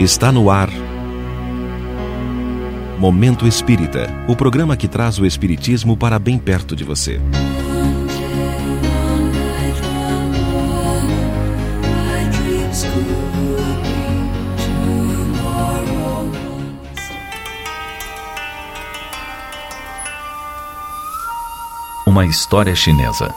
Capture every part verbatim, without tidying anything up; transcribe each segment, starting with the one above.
Está no ar Momento Espírita, o programa que traz o Espiritismo para bem perto de você. Uma história chinesa.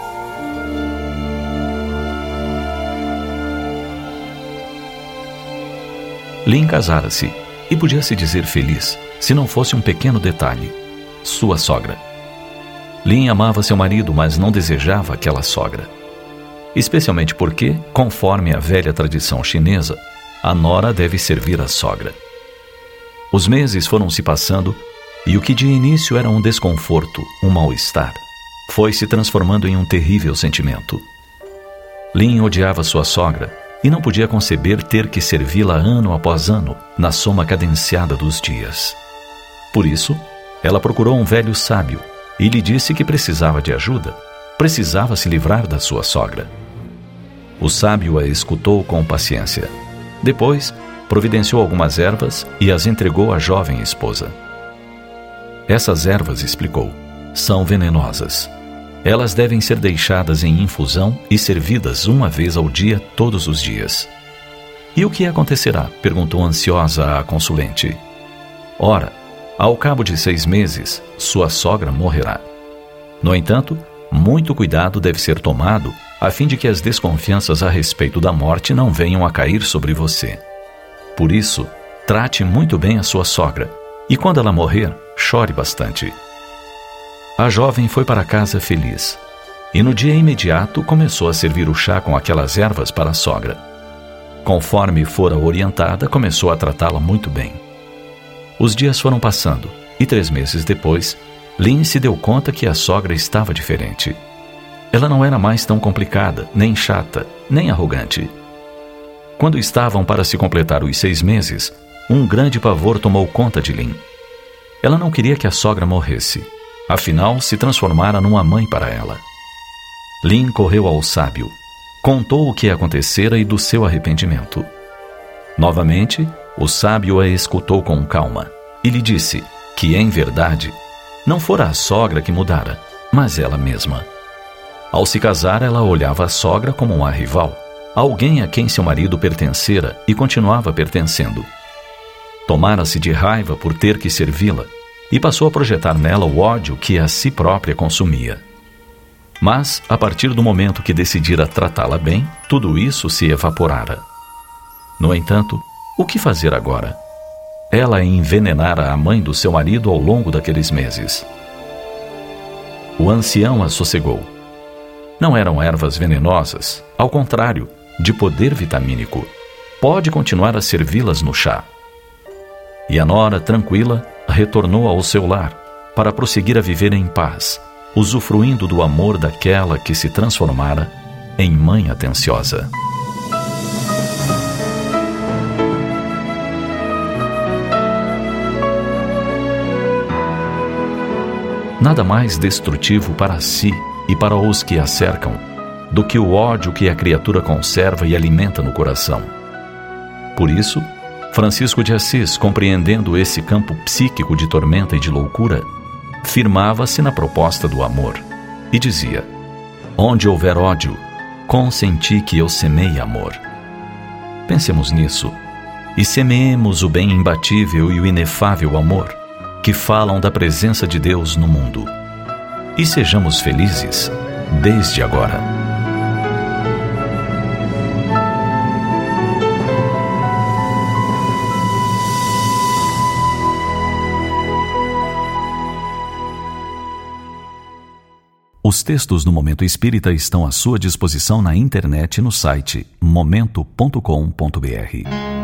Lin casara-se e podia-se dizer feliz se não fosse um pequeno detalhe: sua sogra. Lin amava seu marido, mas não desejava aquela sogra. Especialmente porque, conforme a velha tradição chinesa, a nora deve servir a sogra. Os meses foram se passando e o que de início era um desconforto, um mal-estar, foi se transformando em um terrível sentimento. Lin odiava sua sogra e não podia conceber ter que servi-la ano após ano, na soma cadenciada dos dias. Por isso, ela procurou um velho sábio e lhe disse que precisava de ajuda, precisava se livrar da sua sogra. O sábio a escutou com paciência. Depois, providenciou algumas ervas e as entregou à jovem esposa. Essas ervas, explicou, são venenosas. Elas devem ser deixadas em infusão e servidas uma vez ao dia, todos os dias. E o que acontecerá? Perguntou ansiosa a consulente. Ora, ao cabo de seis meses, sua sogra morrerá. No entanto, muito cuidado deve ser tomado a fim de que as desconfianças a respeito da morte não venham a cair sobre você. Por isso, trate muito bem a sua sogra e quando ela morrer, chore bastante. A jovem foi para casa feliz e no dia imediato começou a servir o chá com aquelas ervas para a sogra. Conforme fora orientada, começou a tratá-la muito bem. Os dias foram passando e três meses depois, Lin se deu conta que a sogra estava diferente. Ela não era mais tão complicada, nem chata, nem arrogante. Quando estavam para se completar os seis meses, um grande pavor tomou conta de Lin. Ela não queria que a sogra morresse. Afinal, se transformara numa mãe para ela. Lin correu ao sábio, contou o que acontecera e do seu arrependimento. Novamente, o sábio a escutou com calma e lhe disse que, em verdade, não fora a sogra que mudara, mas ela mesma. Ao se casar, ela olhava a sogra como uma rival, alguém a quem seu marido pertencera e continuava pertencendo. Tomara-se de raiva por ter que servi-la e passou a projetar nela o ódio que a si própria consumia. Mas, a partir do momento que decidira tratá-la bem, tudo isso se evaporara. No entanto, o que fazer agora? Ela envenenara a mãe do seu marido ao longo daqueles meses. O ancião a sossegou. Não eram ervas venenosas, ao contrário, de poder vitamínico. Pode continuar a servi-las no chá. E a nora, tranquila, retornou ao seu lar para prosseguir a viver em paz, usufruindo do amor daquela que se transformara em mãe atenciosa. Nada mais destrutivo para si e para os que a cercam do que o ódio que a criatura conserva e alimenta no coração. Por isso, Francisco de Assis, compreendendo esse campo psíquico de tormenta e de loucura, firmava-se na proposta do amor e dizia: onde houver ódio, consenti que eu semeie amor. Pensemos nisso e semeemos o bem imbatível e o inefável amor que falam da presença de Deus no mundo. E sejamos felizes desde agora. Os textos do Momento Espírita estão à sua disposição na internet no site momento ponto com ponto b r.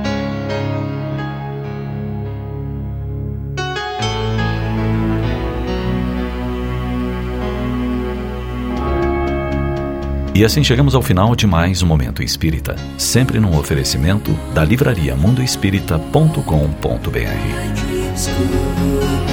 E assim chegamos ao final de mais um Momento Espírita, sempre num oferecimento da livraria mundo espírita ponto com ponto b r.